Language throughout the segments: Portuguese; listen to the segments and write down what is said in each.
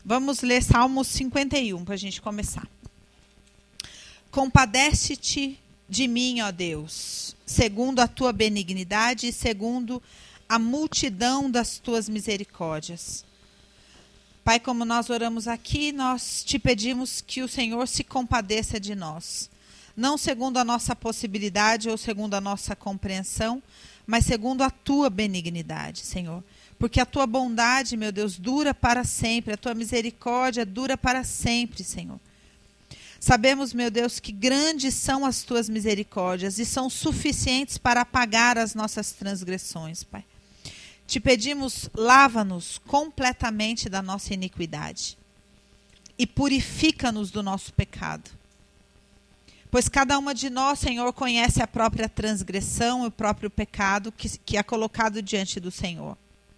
Vamos ler Salmos 51 para a gente começar. Compadece-te de mim, ó Deus, segundo a tua benignidade e segundo a multidão das tuas misericórdias. Pai, como nós oramos aqui, nós te pedimos que o Senhor se compadeça de nós. Não segundo a nossa possibilidade ou segundo a nossa compreensão, mas segundo a tua benignidade, Senhor. Porque a tua bondade, meu Deus, dura para sempre, a tua misericórdia dura para sempre, Senhor. Sabemos, meu Deus, que grandes são as tuas misericórdias e são suficientes para apagar as nossas transgressões, Pai. Te pedimos, lava-nos completamente da nossa iniquidade e purifica-nos do nosso pecado. Pois cada uma de nós, Senhor, conhece a própria transgressão e o próprio pecado que é colocado diante do Senhor.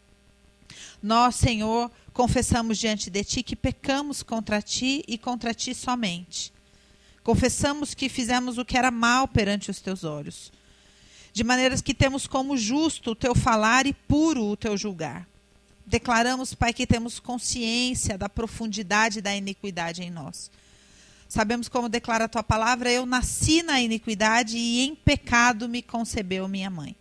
Nós, Senhor, confessamos diante de Ti que pecamos contra Ti e contra Ti somente. Confessamos que fizemos o que era mal perante os Teus olhos. De maneiras que temos como justo o Teu falar e puro o Teu julgar. Declaramos, Pai, que temos consciência da profundidade da iniquidade em nós. Sabemos como declara a Tua palavra, eu nasci na iniquidade e em pecado me concebeu minha mãe.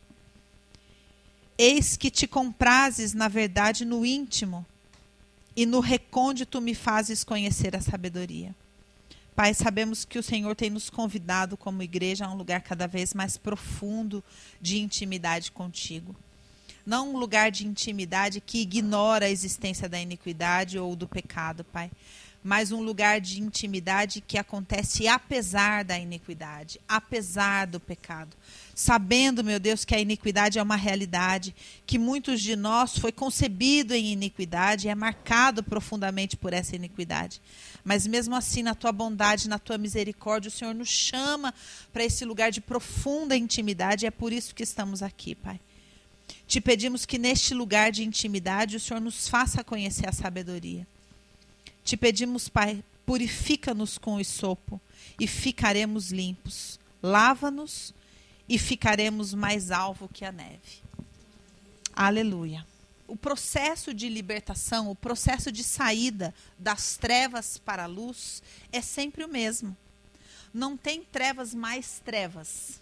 Eis que te comprases, na verdade, no íntimo, e no recôndito me fazes conhecer a sabedoria. Pai, sabemos que o Senhor tem nos convidado como igreja a um lugar cada vez mais profundo de intimidade contigo. Não um lugar de intimidade que ignora a existência da iniquidade ou do pecado, Pai, mas um lugar de intimidade que acontece apesar da iniquidade, apesar do pecado. Sabendo, meu Deus, que a iniquidade é uma realidade, que muitos de nós foi concebido em iniquidade e é marcado profundamente por essa iniquidade. Mas mesmo assim, na tua bondade, na tua misericórdia, o Senhor nos chama para esse lugar de profunda intimidade e é por isso que estamos aqui, Pai. Te pedimos que neste lugar de intimidade o Senhor nos faça conhecer a sabedoria. Te pedimos, Pai, purifica-nos com o hisopo e ficaremos limpos. Lava-nos e ficaremos mais alvo que a neve. Aleluia. O processo de libertação, o processo de saída das trevas para a luz é sempre o mesmo. Não tem trevas mais trevas.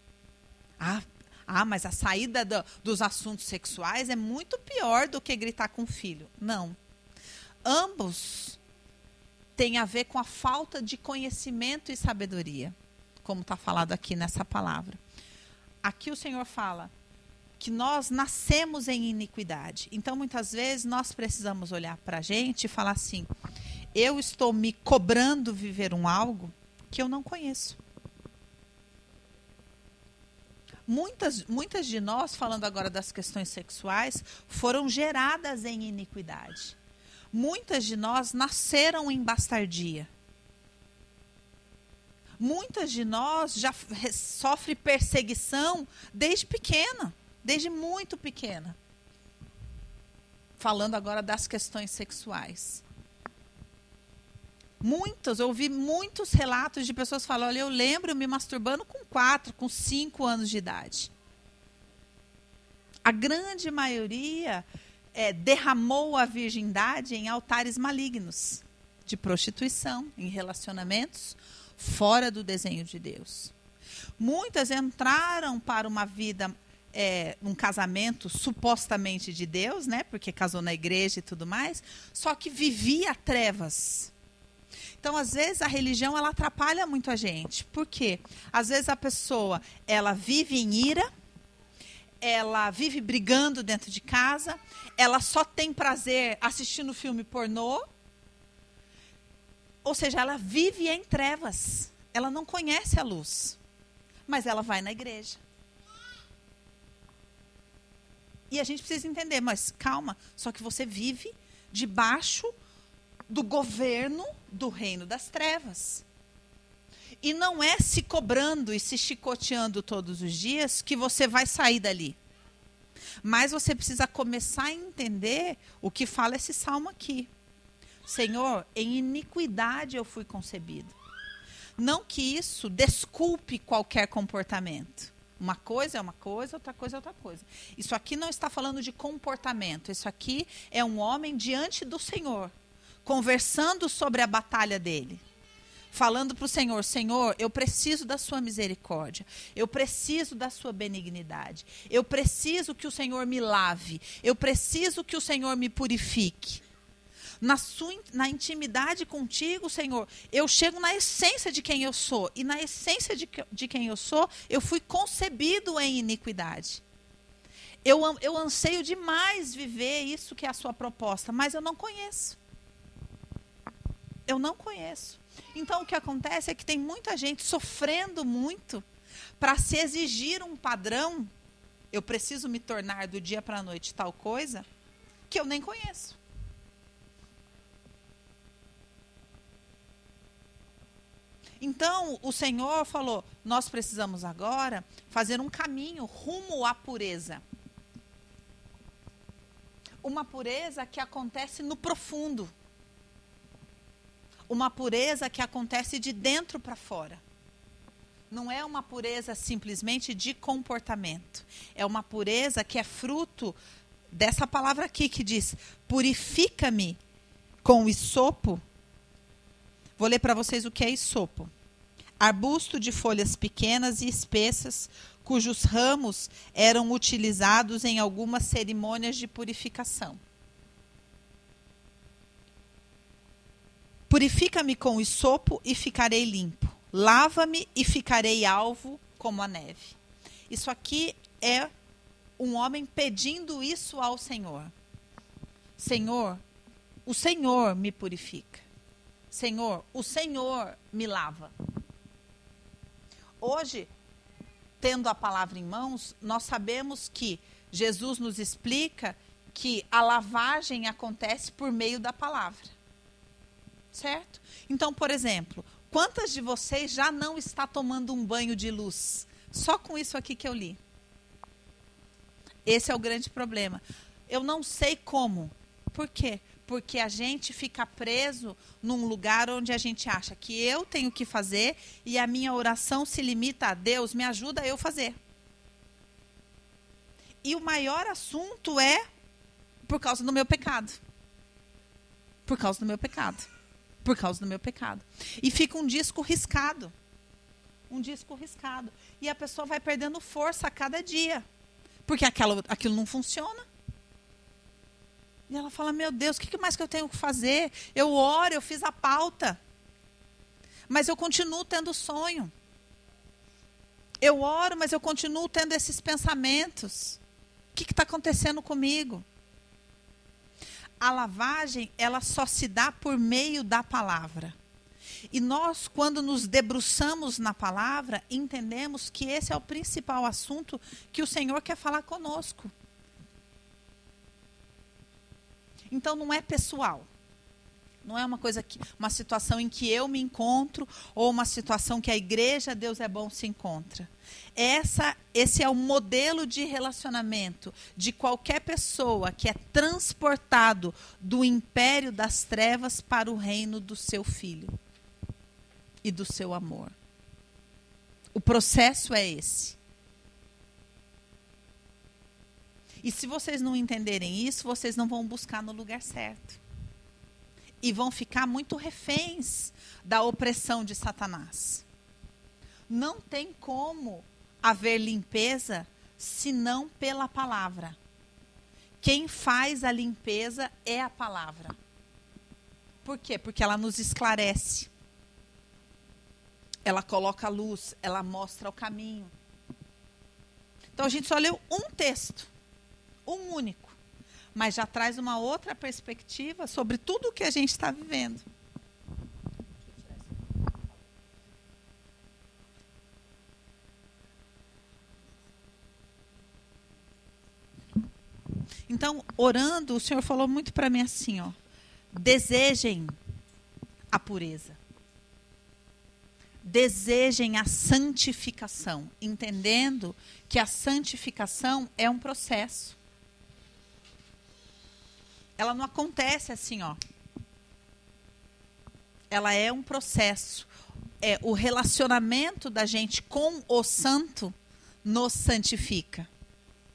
Mas a saída dos assuntos sexuais é muito pior do que gritar com o filho. Não. Ambos têm a ver com a falta de conhecimento e sabedoria, como está falado aqui nessa palavra. Aqui o Senhor fala que nós nascemos em iniquidade. Então, muitas vezes, nós precisamos olhar para a gente e falar assim, eu estou me cobrando viver algo que eu não conheço. Muitas de nós, falando agora das questões sexuais, foram geradas em iniquidade. Muitas de nós nasceram em bastardia. Muitas de nós já sofrem perseguição desde pequena, desde muito pequena. Falando agora das questões sexuais. Eu ouvi muitos relatos de pessoas falando, olha, eu lembro me masturbando com 4, com 5 anos de idade. A grande maioria derramou a virgindade em altares malignos, de prostituição, em relacionamentos fora do desenho de Deus. Muitas entraram para uma vida, um casamento supostamente de Deus, né, porque casou na igreja e tudo mais, só que vivia trevas. Então, às vezes, a religião ela atrapalha muito a gente. Por quê? Às vezes a pessoa ela vive em ira, ela vive brigando dentro de casa, ela só tem prazer assistindo filme pornô, ou seja, ela vive em trevas, ela não conhece a luz, mas ela vai na igreja. E a gente precisa entender, mas calma, só que você vive debaixo do governo do reino das trevas. E não é se cobrando e se chicoteando todos os dias que você vai sair dali. Mas você precisa começar a entender o que fala esse salmo aqui. Senhor, em iniquidade eu fui concebido. Não que isso desculpe qualquer comportamento. Uma coisa é uma coisa, outra coisa é outra coisa. Isso aqui não está falando de comportamento. Isso aqui é um homem diante do Senhor, conversando sobre a batalha dele. Falando para o Senhor, Senhor, eu preciso da sua misericórdia, eu preciso da sua benignidade, eu preciso que o Senhor me lave, eu preciso que o Senhor me purifique. Na intimidade contigo, Senhor, eu chego na essência de quem eu sou, e na essência de quem eu sou, eu fui concebido em iniquidade. Eu anseio demais viver isso que é a sua proposta, mas eu não conheço. Eu não conheço. Então, o que acontece é que tem muita gente sofrendo muito para se exigir um padrão. Eu preciso me tornar do dia para a noite tal coisa que eu nem conheço. Então, o Senhor falou, nós precisamos agora fazer um caminho rumo à pureza. Uma pureza que acontece no profundo. Uma pureza que acontece de dentro para fora. Não é uma pureza simplesmente de comportamento. É uma pureza que é fruto dessa palavra aqui que diz, purifica-me com hisopo. Vou ler para vocês o que é hisopo. Arbusto de folhas pequenas e espessas, cujos ramos eram utilizados em algumas cerimônias de purificação. Purifica-me com hisopo e ficarei limpo. Lava-me e ficarei alvo como a neve. Isso aqui é um homem pedindo isso ao Senhor. Senhor, o Senhor me purifica. Senhor, o Senhor me lava. Hoje, tendo a palavra em mãos, nós sabemos que Jesus nos explica que a lavagem acontece por meio da palavra. Certo? Então, por exemplo, quantas de vocês já não está tomando um banho de luz? Só com isso aqui que eu li. Esse é o grande problema. Eu não sei como. Por quê? Porque a gente fica preso num lugar onde a gente acha que eu tenho que fazer e a minha oração se limita a Deus, me ajuda a eu fazer. E o maior assunto é por causa do meu pecado. Por causa do meu pecado. Por causa do meu pecado. E fica um disco riscado. Um disco riscado. E a pessoa vai perdendo força a cada dia. Porque aquilo não funciona. E ela fala, meu Deus, o que mais que eu tenho que fazer? Eu oro, eu fiz a pauta. Mas eu continuo tendo sonho. Eu oro, mas eu continuo tendo esses pensamentos. O que está acontecendo comigo? A lavagem, ela só se dá por meio da palavra. E nós, quando nos debruçamos na palavra, entendemos que esse é o principal assunto que o Senhor quer falar conosco. Então, não é pessoal. Não é uma situação em que eu me encontro ou uma situação que a igreja Deus é Bom se encontra. Esse é o modelo de relacionamento de qualquer pessoa que é transportado do império das trevas para o reino do seu Filho e do seu amor. O processo é esse. E se vocês não entenderem isso, vocês não vão buscar no lugar certo. E vão ficar muito reféns da opressão de Satanás. Não tem como haver limpeza senão pela palavra. Quem faz a limpeza é a palavra. Por quê? Porque ela nos esclarece. Ela coloca a luz, ela mostra o caminho. Então a gente só leu um texto. Um único, mas já traz uma outra perspectiva sobre tudo o que a gente está vivendo. Então, orando, o Senhor falou muito para mim assim, ó, desejem a pureza. Desejem a santificação, entendendo que a santificação é um processo. Ela não acontece assim, ó. Ela é um processo. O relacionamento da gente com o santo nos santifica.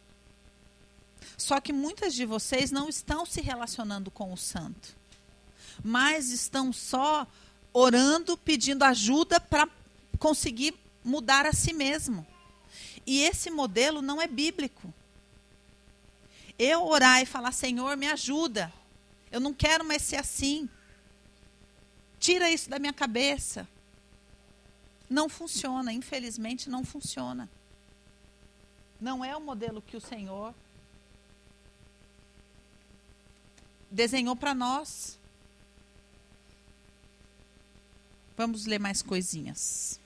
Só que muitas de vocês não estão se relacionando com o santo. mas estão só orando, pedindo ajuda para conseguir mudar a si mesmo. E esse modelo não é bíblico. Eu orar e falar, Senhor, me ajuda. Eu não quero mais ser assim. Tira isso da minha cabeça. Não funciona, infelizmente não funciona. Não é o modelo que o Senhor desenhou para nós. Vamos ler mais coisinhas.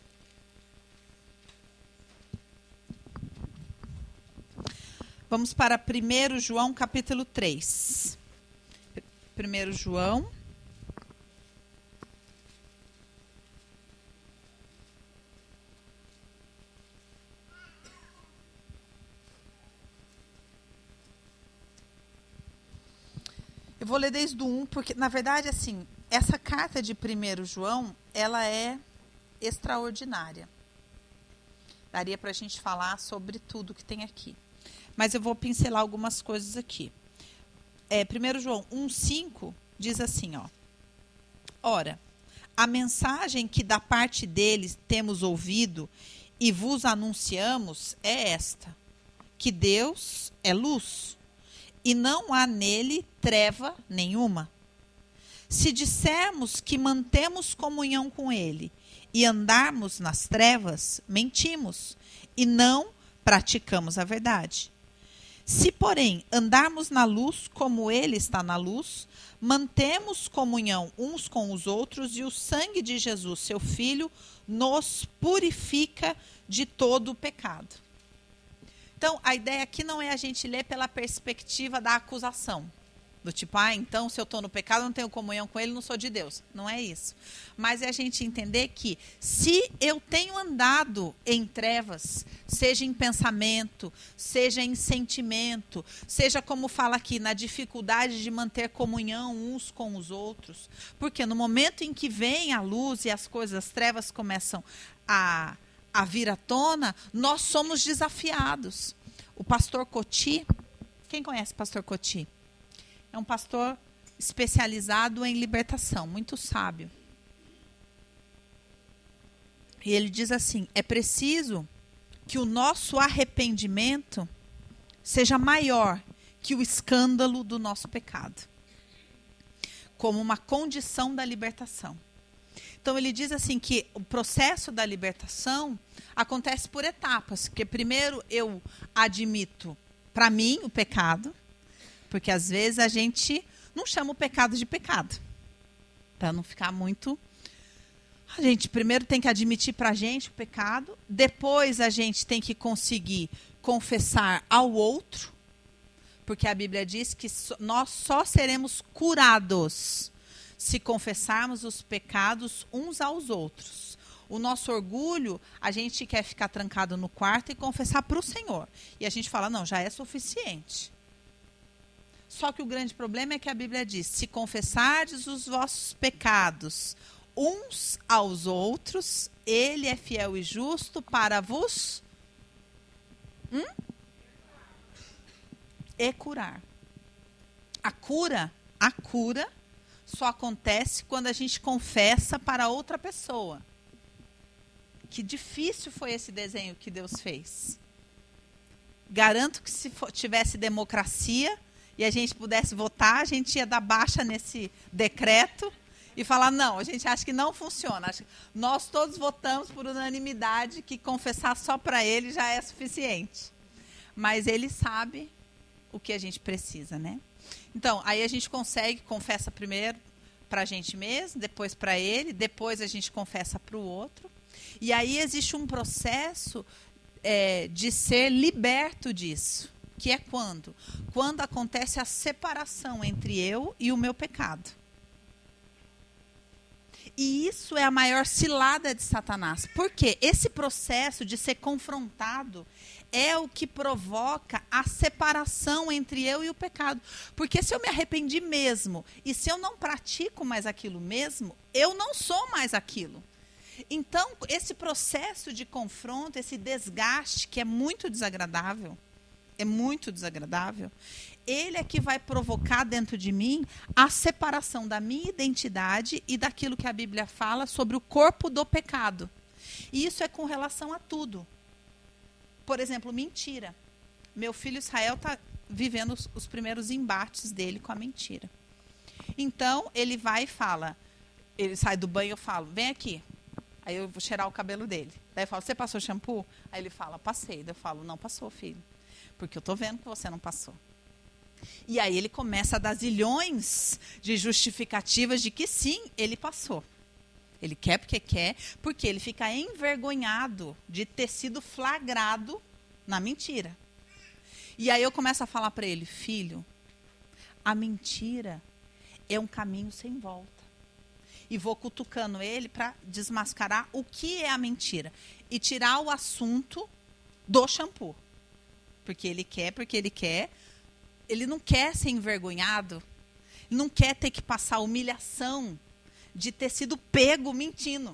Vamos para 1 João capítulo 3. 1 João. Eu vou ler desde o 1, porque, na verdade, assim, essa carta de 1 João, ela é extraordinária. Daria para a gente falar sobre tudo que tem aqui. Mas eu vou pincelar algumas coisas aqui. 1 João 1,5 diz assim, ó. Ora, a mensagem que da parte deles temos ouvido e vos anunciamos é esta, que Deus é luz, e não há nele treva nenhuma. Se dissermos que mantemos comunhão com ele e andarmos nas trevas, mentimos e não praticamos a verdade. Se, porém, andarmos na luz como ele está na luz, mantemos comunhão uns com os outros e o sangue de Jesus, seu Filho, nos purifica de todo o pecado. Então, a ideia aqui não é a gente ler pela perspectiva da acusação. Do tipo, então se eu estou no pecado, não tenho comunhão com ele, não sou de Deus. Não é isso. Mas é a gente entender que se eu tenho andado em trevas, seja em pensamento, seja em sentimento, seja como fala aqui, na dificuldade de manter comunhão uns com os outros, porque no momento em que vem a luz e as coisas, as trevas começam a vir à tona, nós somos desafiados. O pastor Coty, quem conhece o pastor Coty? É um pastor especializado em libertação, muito sábio. E ele diz assim, é preciso que o nosso arrependimento seja maior que o escândalo do nosso pecado, como uma condição da libertação. Então, ele diz assim que o processo da libertação acontece por etapas. Porque primeiro eu admito para mim o pecado, porque às vezes a gente não chama o pecado de pecado. Para não ficar muito... A gente primeiro tem que admitir para a gente o pecado, depois a gente tem que conseguir confessar ao outro, porque a Bíblia diz que nós só seremos curados se confessarmos os pecados uns aos outros. O nosso orgulho, a gente quer ficar trancado no quarto e confessar para o Senhor. E a gente fala, não, já é suficiente. Só que o grande problema é que a Bíblia diz, se confessardes os vossos pecados uns aos outros, ele é fiel e justo para vos e curar. A cura só acontece quando a gente confessa para outra pessoa. Que difícil foi esse desenho que Deus fez. Garanto que se tivesse democracia e a gente pudesse votar, a gente ia dar baixa nesse decreto e falar, não, a gente acha que não funciona. Nós todos votamos por unanimidade que confessar só para ele já é suficiente. Mas ele sabe o que a gente precisa, né? Então, aí a gente confessa primeiro para a gente mesmo, depois para ele, depois a gente confessa para o outro. E aí existe um processo de ser liberto disso, que é quando? Quando acontece a separação entre eu e o meu pecado. E isso é a maior cilada de Satanás. Porque esse processo de ser confrontado é o que provoca a separação entre eu e o pecado. Porque se eu me arrependi mesmo e se eu não pratico mais aquilo mesmo, eu não sou mais aquilo. Então, esse processo de confronto, esse desgaste que é muito desagradável, ele é que vai provocar dentro de mim a separação da minha identidade e daquilo que a Bíblia fala sobre o corpo do pecado. E isso é com relação a tudo. Por exemplo, mentira. Meu filho Israel está vivendo os primeiros embates dele com a mentira. Então, ele vai e fala, ele sai do banho e eu falo, vem aqui. Aí eu vou cheirar o cabelo dele. Daí eu falo, você passou shampoo? Aí ele fala, passei. Daí eu falo, não passou, filho. Porque eu estou vendo que você não passou. E aí ele começa a dar zilhões de justificativas de que sim, ele passou. Ele quer, porque ele fica envergonhado de ter sido flagrado na mentira. E aí eu começo a falar para ele, filho, a mentira é um caminho sem volta. E vou cutucando ele para desmascarar o que é a mentira. E tirar o assunto do shampoo. Porque ele quer. Ele não quer ser envergonhado. Não quer ter que passar a humilhação de ter sido pego mentindo.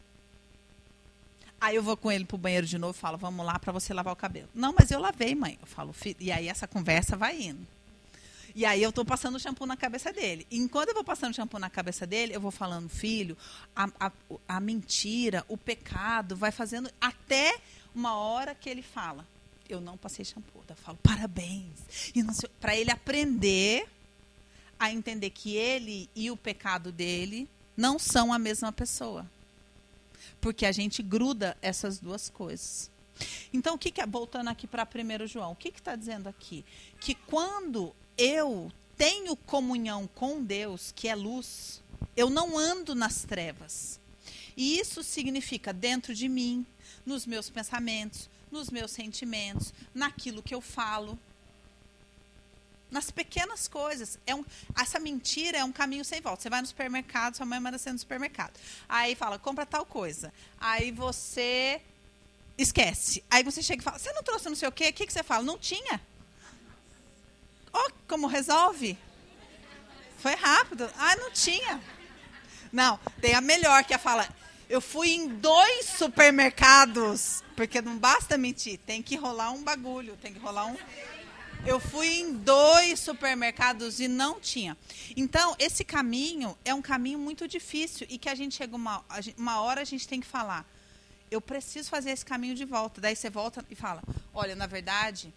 Aí eu vou com ele pro banheiro de novo e falo, vamos lá para você lavar o cabelo. Não, mas eu lavei, mãe. Eu falo, filho, e aí essa conversa vai indo. E aí eu estou passando shampoo na cabeça dele. E enquanto eu vou passando shampoo na cabeça dele, eu vou falando, filho, a mentira, o pecado, vai fazendo até uma hora que ele fala, eu não passei shampoo. Eu falo, parabéns. Para ele aprender a entender que ele e o pecado dele não são a mesma pessoa. Porque a gente gruda essas duas coisas. Então, voltando aqui para 1 João, o que está dizendo aqui? Que quando eu tenho comunhão com Deus, que é luz, eu não ando nas trevas. E isso significa dentro de mim, nos meus pensamentos, nos meus sentimentos, naquilo que eu falo. Nas pequenas coisas. Essa mentira é um caminho sem volta. Você vai no supermercado, sua mãe manda você no supermercado. Aí fala, compra tal coisa. Aí você esquece. Aí você chega e fala, você não trouxe não sei o quê? O que você fala? Não tinha. Ó, como resolve? Foi rápido. Ah, não tinha. Não, tem a melhor, que é falar, eu fui em 2 supermercados. Porque não basta mentir, tem que rolar um bagulho, tem que rolar um... Eu fui em 2 supermercados e não tinha. Então, esse caminho é um caminho muito difícil e que a gente chega uma hora a gente tem que falar, eu preciso fazer esse caminho de volta. Daí você volta e fala, olha, na verdade,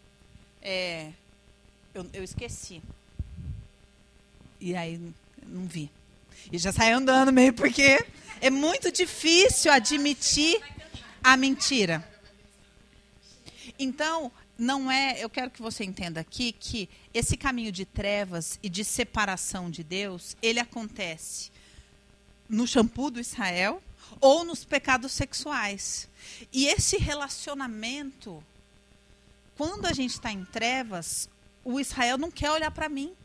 eu esqueci. E aí, não vi. E já sai andando meio porque é muito difícil admitir a mentira. Então, eu quero que você entenda aqui que esse caminho de trevas e de separação de Deus, ele acontece no shampoo do Israel ou nos pecados sexuais. E esse relacionamento, quando a gente está em trevas, o Israel não quer olhar para mim.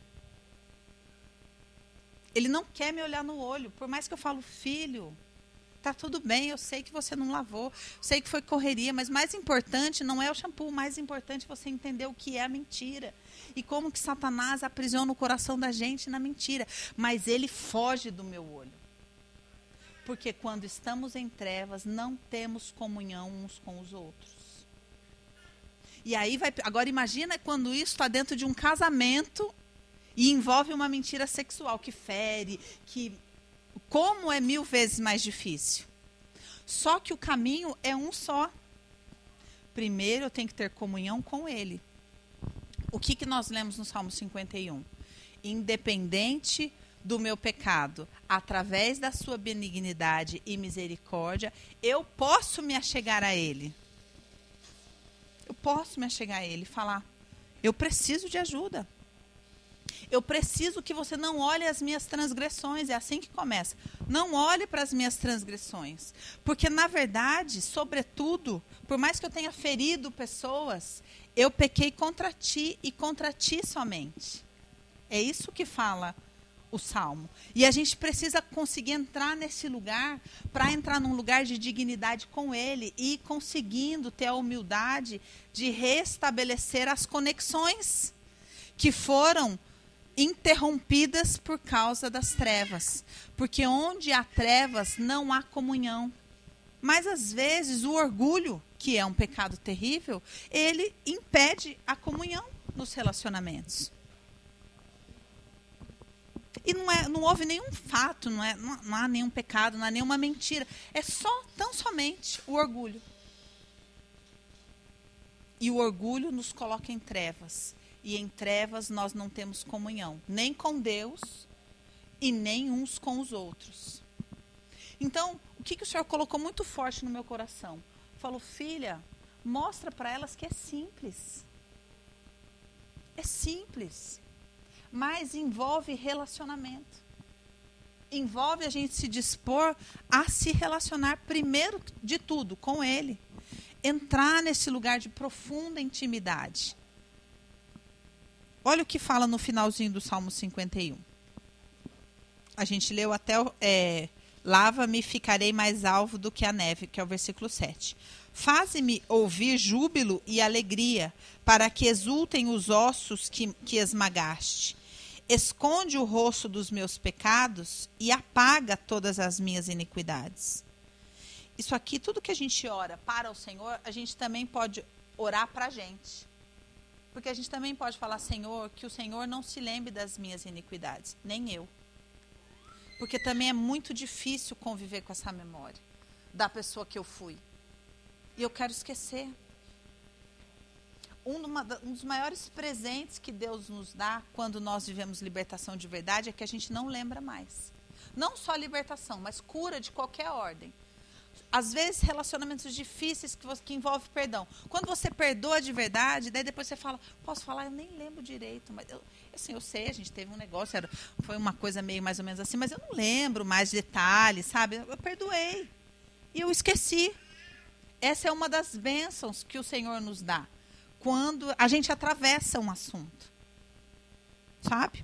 Ele não quer me olhar no olho, por mais que eu falo, filho, tá tudo bem, eu sei que você não lavou, sei que foi correria, mas mais importante não é o shampoo, mais importante é você entender o que é a mentira. E como que Satanás aprisiona o coração da gente na mentira. Mas ele foge do meu olho. Porque quando estamos em trevas, não temos comunhão uns com os outros. E aí agora imagina quando isso está dentro de um casamento e envolve uma mentira sexual que fere, como é 1000 vezes mais difícil. Só que o caminho é um só. Primeiro eu tenho que ter comunhão com ele. O que nós lemos no Salmo 51? Independente do meu pecado, através da sua benignidade e misericórdia, eu posso me achegar a ele. Eu posso me achegar a ele e falar, eu preciso de ajuda. Eu preciso que você não olhe as minhas transgressões. É assim que começa. Não olhe para as minhas transgressões. Porque, na verdade, sobretudo, por mais que eu tenha ferido pessoas, eu pequei contra ti e contra ti somente. É isso que fala o Salmo. E a gente precisa conseguir entrar nesse lugar para entrar num lugar de dignidade com ele e conseguindo ter a humildade de restabelecer as conexões que foram interrompidas por causa das trevas. Porque onde há trevas, não há comunhão. Mas, às vezes, o orgulho, que é um pecado terrível, ele impede a comunhão nos relacionamentos. E não houve nenhum fato, não há nenhum pecado, não há nenhuma mentira. É tão somente o orgulho. E o orgulho nos coloca em trevas. E em trevas nós não temos comunhão, nem com Deus e nem uns com os outros. Então, o que o Senhor colocou muito forte no meu coração? Falou, filha, mostra para elas que é simples. É simples. Mas envolve relacionamento. Envolve a gente se dispor a se relacionar primeiro de tudo com Ele. Entrar nesse lugar de profunda intimidade. Olha o que fala no finalzinho do Salmo 51. A gente leu até lava-me e ficarei mais alvo do que a neve, que é o versículo 7. Faze-me ouvir júbilo e alegria, para que exultem os ossos que esmagaste. Esconde o rosto dos meus pecados e apaga todas as minhas iniquidades. Isso aqui, tudo que a gente ora para o Senhor, a gente também pode orar para a gente. Porque a gente também pode falar, Senhor, que o Senhor não se lembre das minhas iniquidades, nem eu. Porque também é muito difícil conviver com essa memória da pessoa que eu fui. E eu quero esquecer. Um dos maiores presentes que Deus nos dá quando nós vivemos libertação de verdade é que a gente não lembra mais. Não só libertação, mas cura de qualquer ordem. Às vezes, relacionamentos difíceis que envolvem perdão. Quando você perdoa de verdade, daí depois você fala, posso falar, eu nem lembro direito. Mas eu sei, a gente teve um negócio, foi uma coisa meio mais ou menos assim, mas eu não lembro mais detalhes, sabe? Eu perdoei. E eu esqueci. Essa é uma das bênçãos que o Senhor nos dá. Quando a gente atravessa um assunto. Sabe?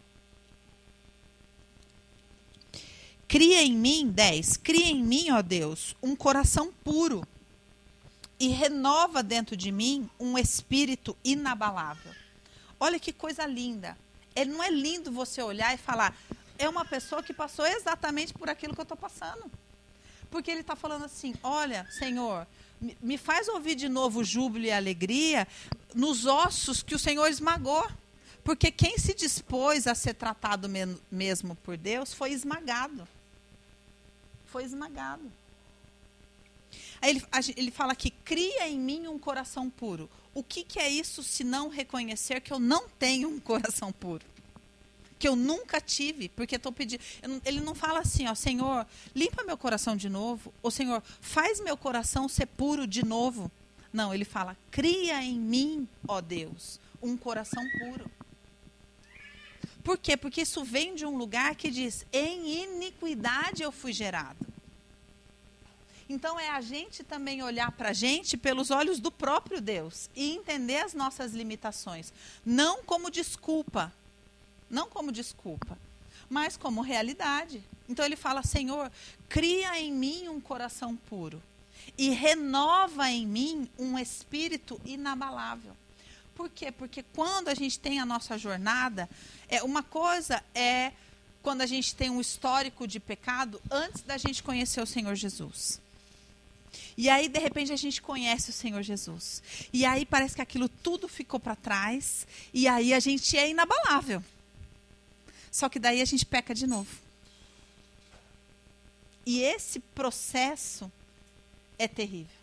Cria em mim, 10, cria em mim, ó Deus, um coração puro e renova dentro de mim um espírito inabalável. Olha que coisa linda. Não é lindo você olhar e falar, é uma pessoa que passou exatamente por aquilo que eu estou passando. Porque ele está falando assim, olha, Senhor, me faz ouvir de novo júbilo e alegria nos ossos que o Senhor esmagou. Porque quem se dispôs a ser tratado mesmo por Deus foi esmagado. Foi esmagado. Aí ele fala aqui, cria em mim um coração puro. O que é isso se não reconhecer que eu não tenho um coração puro? Que eu nunca tive, porque estou pedindo. Ele não fala assim, ó, Senhor, limpa meu coração de novo. Ou Senhor, faz meu coração ser puro de novo. Não, ele fala, cria em mim, ó Deus, um coração puro. Por quê? Porque isso vem de um lugar que diz, em iniquidade eu fui gerado. Então é a gente também olhar para a gente pelos olhos do próprio Deus e entender as nossas limitações. Não como desculpa, mas como realidade. Então ele fala, Senhor, cria em mim um coração puro e renova em mim um espírito inabalável. Por quê? Porque quando a gente tem a nossa jornada, uma coisa é quando a gente tem um histórico de pecado antes da gente conhecer o Senhor Jesus. E aí, de repente, a gente conhece o Senhor Jesus. E aí parece que aquilo tudo ficou para trás. E aí a gente é inabalável. Só que daí a gente peca de novo. E esse processo é terrível.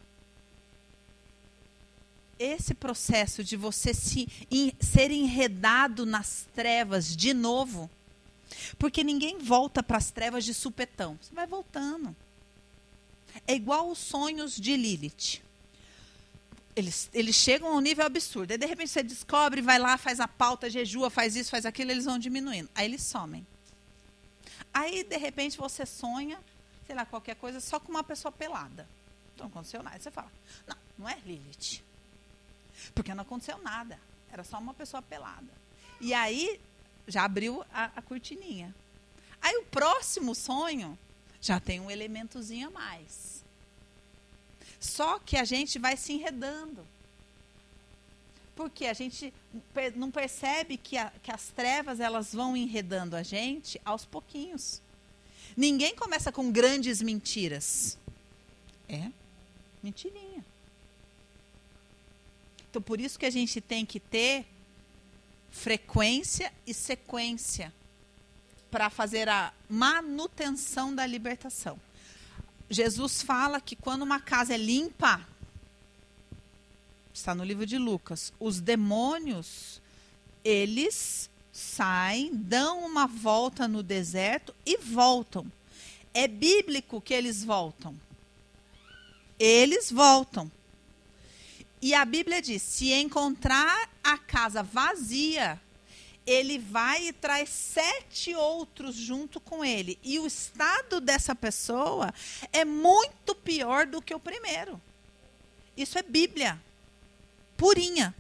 Esse processo de você ser enredado nas trevas de novo, porque ninguém volta para as trevas de supetão. Você vai voltando. É igual os sonhos de Lilith. Eles chegam a um nível absurdo. Aí, de repente, você descobre, vai lá, faz a pauta, jejua, faz isso, faz aquilo, eles vão diminuindo. Aí eles somem. Aí, de repente, você sonha, sei lá, qualquer coisa, só com uma pessoa pelada. Não aconteceu nada. Aí você fala, não é Lilith. Porque não aconteceu nada. Era só uma pessoa pelada. E aí, já abriu a cortininha. Aí, o próximo sonho já tem um elementozinho a mais. Só que a gente vai se enredando. Porque a gente não percebe que as trevas elas vão enredando a gente aos pouquinhos. Ninguém começa com grandes mentiras. É mentirinha. Então, por isso que a gente tem que ter frequência e sequência para fazer a manutenção da libertação. Jesus fala que quando uma casa é limpa, está no livro de Lucas, os demônios, eles saem, dão uma volta no deserto e voltam. É bíblico que eles voltam. Eles voltam. E a Bíblia diz, se encontrar a casa vazia, ele vai e traz 7 outros junto com ele. E o estado dessa pessoa é muito pior do que o primeiro. Isso é Bíblia. Purinha.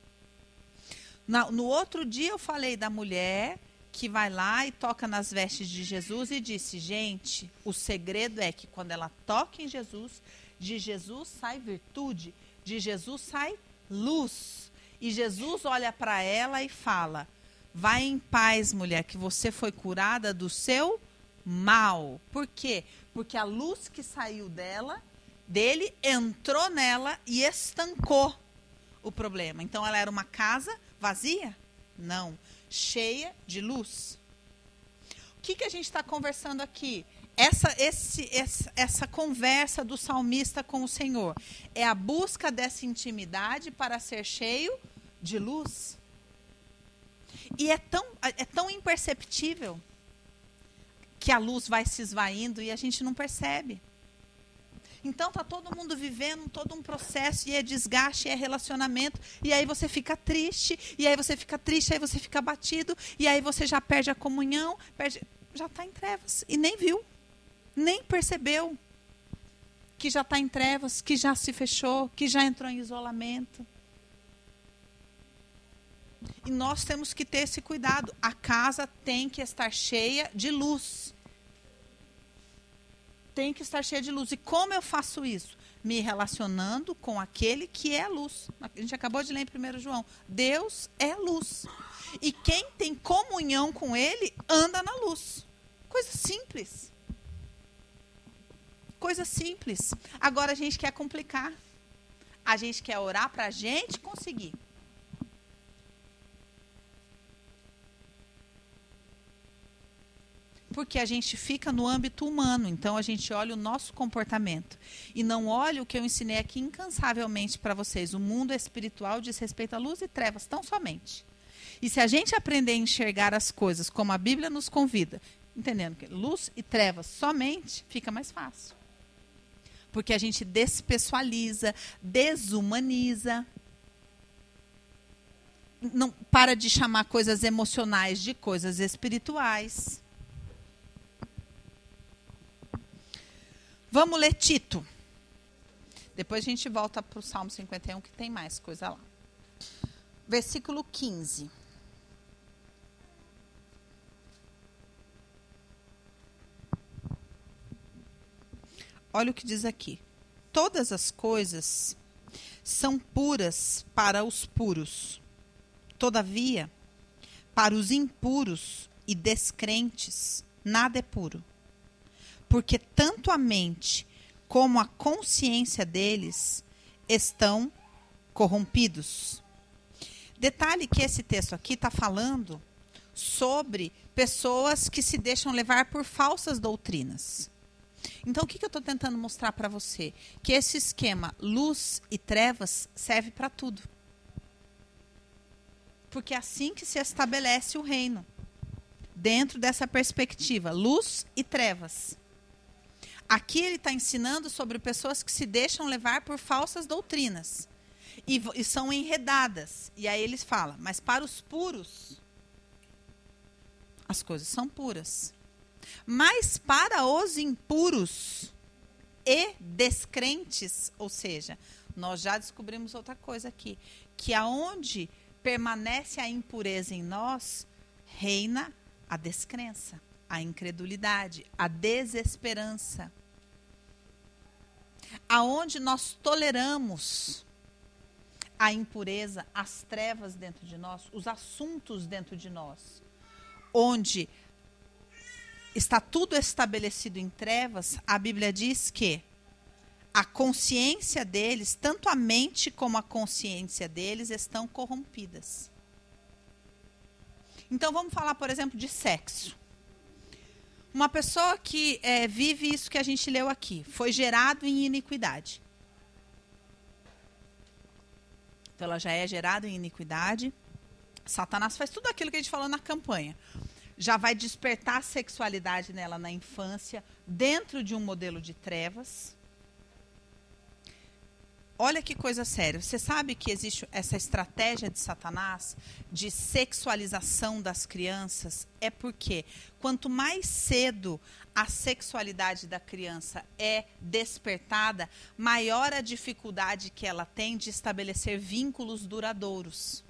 No outro dia eu falei da mulher que vai lá e toca nas vestes de Jesus e disse, gente, o segredo é que quando ela toca em Jesus, de Jesus sai virtude, de Jesus sai luz. E Jesus olha para ela e fala, vai em paz, mulher, que você foi curada do seu mal. Por quê? Porque a luz que saiu dele, entrou nela e estancou o problema. Então, ela era uma casa vazia? Não. Cheia de luz. O que a gente está conversando aqui? Essa conversa do salmista com o Senhor é a busca dessa intimidade para ser cheio de luz. E é tão imperceptível que a luz vai se esvaindo e a gente não percebe. Então está todo mundo vivendo todo um processo e é desgaste, é relacionamento, e aí você fica triste, aí você fica abatido, e aí você já perde a comunhão, já está em trevas e nem viu, nem percebeu que já está em trevas, que já se fechou, que já entrou em isolamento. E nós temos que ter esse cuidado. A casa tem que estar cheia de luz. Tem que estar cheia de luz. E como eu faço isso? Me relacionando com aquele que é a luz. A gente acabou de ler em 1 João. Deus é luz. E quem tem comunhão com ele, anda na luz. Coisa simples. Coisa simples. Agora a gente quer complicar. A gente quer orar para a gente conseguir. Porque a gente fica no âmbito humano, então a gente olha o nosso comportamento e não olha o que eu ensinei aqui incansavelmente para vocês. O mundo espiritual diz respeito à luz e trevas, tão somente. E se a gente aprender a enxergar as coisas como a Bíblia nos convida, entendendo que luz e trevas somente, fica mais fácil. Porque a gente despessoaliza, desumaniza, não para de chamar coisas emocionais de coisas espirituais. Vamos ler Tito. Depois a gente volta para o Salmo 51, que tem mais coisa lá. Versículo 15. Olha o que diz aqui. Todas as coisas são puras para os puros. Todavia, para os impuros e descrentes, nada é puro. Porque tanto a mente como a consciência deles estão corrompidos. Detalhe que esse texto aqui está falando sobre pessoas que se deixam levar por falsas doutrinas. Então, o que eu estou tentando mostrar para você? Que esse esquema luz e trevas serve para tudo. Porque é assim que se estabelece o reino. Dentro dessa perspectiva, luz e trevas. Aqui ele está ensinando sobre pessoas que se deixam levar por falsas doutrinas. E são enredadas. E aí eles falam, mas para os puros, as coisas são puras. Mas para os impuros e descrentes, ou seja, nós já descobrimos outra coisa aqui, que aonde permanece a impureza em nós, reina a descrença, a incredulidade, a desesperança. Aonde nós toleramos a impureza, as trevas dentro de nós, os assuntos dentro de nós, onde está tudo estabelecido em trevas, a Bíblia diz que a consciência deles, tanto a mente como a consciência deles, estão corrompidas. Então, vamos falar, por exemplo, de sexo. Uma pessoa que vive isso que a gente leu aqui, foi gerado em iniquidade. Então, ela já é gerada em iniquidade. Satanás faz tudo aquilo que a gente falou na campanha. Já vai despertar a sexualidade nela na infância, dentro de um modelo de trevas. Olha que coisa séria. Você sabe que existe essa estratégia de Satanás de sexualização das crianças? É porque quanto mais cedo a sexualidade da criança é despertada, maior a dificuldade que ela tem de estabelecer vínculos duradouros.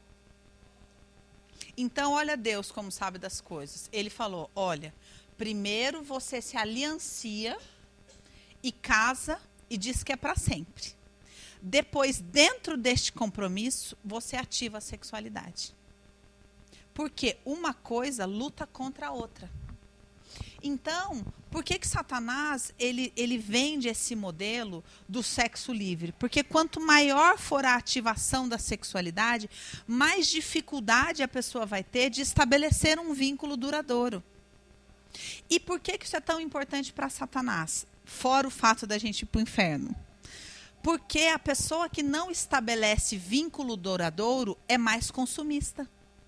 Então, olha Deus como sabe das coisas. Ele falou, olha, primeiro você se aliancia e casa e diz que é para sempre. Depois, dentro deste compromisso, você ativa a sexualidade. Porque uma coisa luta contra a outra. Então, por que Satanás ele vende esse modelo do sexo livre? Porque quanto maior for a ativação da sexualidade, mais dificuldade a pessoa vai ter de estabelecer um vínculo duradouro. E por que isso é tão importante para Satanás? Fora o fato da gente ir para o inferno. Porque a pessoa que não estabelece vínculo duradouro é mais consumista.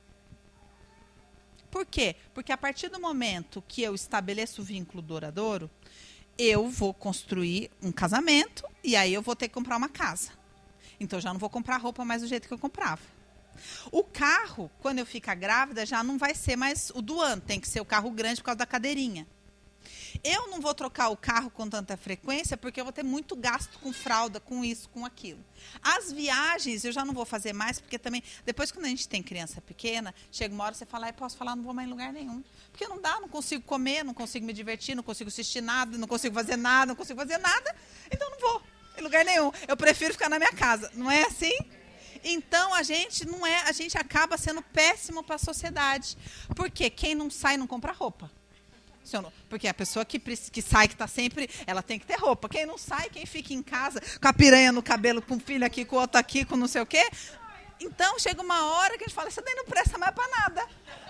Por quê? Porque a partir do momento que eu estabeleço o vínculo duradouro, eu vou construir um casamento e aí eu vou ter que comprar uma casa. Então, já não vou comprar roupa mais do jeito que eu comprava. O carro, quando eu ficar grávida, já não vai ser mais o do ano. Tem que ser o carro grande por causa da cadeirinha. Eu não vou trocar o carro com tanta frequência porque eu vou ter muito gasto com fralda, com isso, com aquilo. As viagens eu já não vou fazer mais porque também, depois quando a gente tem criança pequena, chega uma hora você fala, posso falar, não vou mais em lugar nenhum. Porque não dá, não consigo comer, não consigo me divertir, não consigo assistir nada, não consigo fazer nada, não consigo fazer nada, então não vou em lugar nenhum. Eu prefiro ficar na minha casa, não é assim? Então a gente acaba sendo péssimo para a sociedade. Porque quem não sai não compra roupa. Porque a pessoa que sai, que está sempre, ela tem que ter roupa. Quem não sai, quem fica em casa com a piranha no cabelo, com o filho aqui, com o outro aqui, com não sei o quê. Então, chega uma hora que a gente fala, isso daí não presta mais para nada.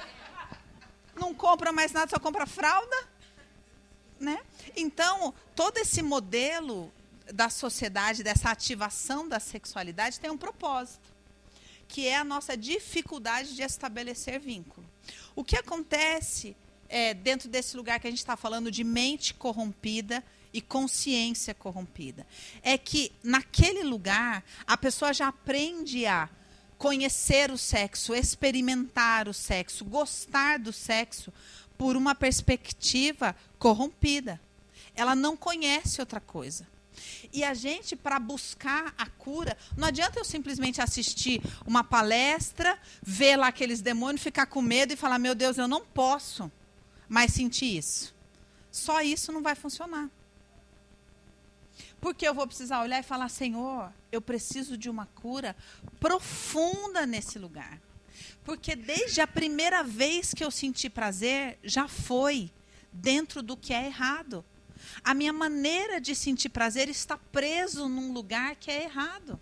Não compra mais nada, só compra fralda. Né? Então, todo esse modelo da sociedade, dessa ativação da sexualidade, tem um propósito, que é a nossa dificuldade de estabelecer vínculo. O que acontece dentro desse lugar que a gente está falando de mente corrompida e consciência corrompida, é que naquele lugar a pessoa já aprende a conhecer o sexo, experimentar o sexo, gostar do sexo por uma perspectiva corrompida. Ela não conhece outra coisa. E a gente, para buscar a cura, não adianta eu simplesmente assistir uma palestra, ver lá aqueles demônios, ficar com medo e falar, meu Deus, eu não posso mais sentir isso. Só isso não vai funcionar. Porque eu vou precisar olhar e falar, Senhor, eu preciso de uma cura profunda nesse lugar. Porque desde a primeira vez que eu senti prazer, já foi dentro do que é errado. A minha maneira de sentir prazer está preso num lugar que é errado.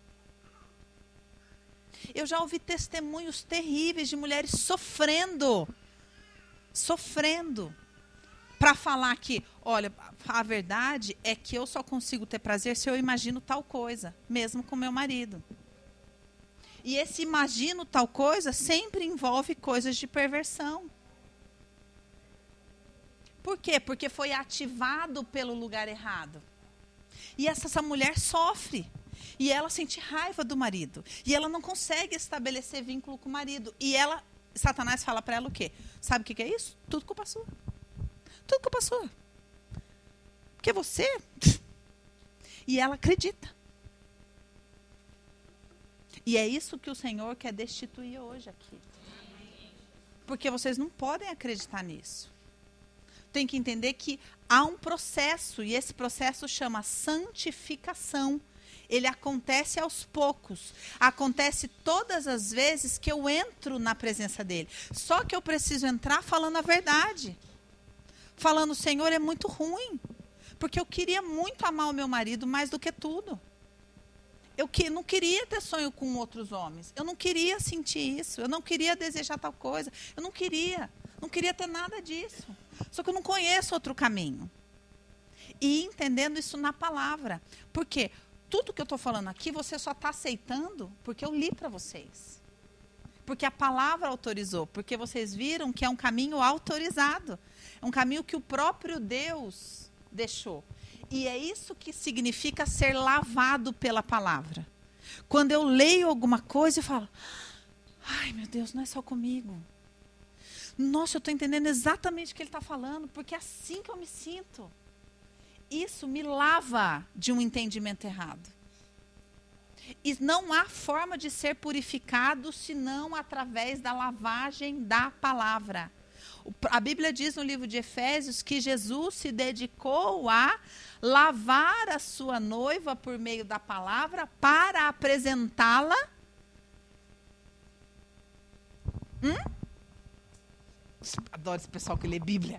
Eu já ouvi testemunhos terríveis de mulheres sofrendo para falar que, olha, a verdade é que eu só consigo ter prazer se eu imagino tal coisa, mesmo com meu marido. E esse imagino tal coisa sempre envolve coisas de perversão. Por quê? Porque foi ativado pelo lugar errado. E essa mulher sofre. E ela sente raiva do marido. E ela não consegue estabelecer vínculo com o marido. E Satanás fala para ela o quê? Sabe o que é isso? Tudo culpa sua. Tudo culpa sua. Porque você... E ela acredita. E é isso que o Senhor quer destituir hoje aqui. Porque vocês não podem acreditar nisso. Tem que entender que há um processo, e esse processo chama santificação. Ele acontece aos poucos. Acontece todas as vezes que eu entro na presença dele. Só que eu preciso entrar falando a verdade. Falando, Senhor, é muito ruim. Porque eu queria muito amar o meu marido mais do que tudo. Eu não queria ter sonho com outros homens. Eu não queria sentir isso. Eu não queria desejar tal coisa. Eu não queria. Não queria ter nada disso. Só que eu não conheço outro caminho. E entendendo isso na palavra. Por quê? Tudo que eu estou falando aqui, você só está aceitando porque eu li para vocês. Porque a palavra autorizou. Porque vocês viram que é um caminho autorizado. É um caminho que o próprio Deus deixou. E é isso que significa ser lavado pela palavra. Quando eu leio alguma coisa e falo, ai meu Deus, não é só comigo. Nossa, eu estou entendendo exatamente o que ele está falando, porque é assim que eu me sinto. Isso me lava de um entendimento errado. E não há forma de ser purificado senão através da lavagem da palavra. A Bíblia diz no livro de Efésios que Jesus se dedicou a lavar a sua noiva por meio da palavra para apresentá-la. Adoro esse pessoal que lê Bíblia.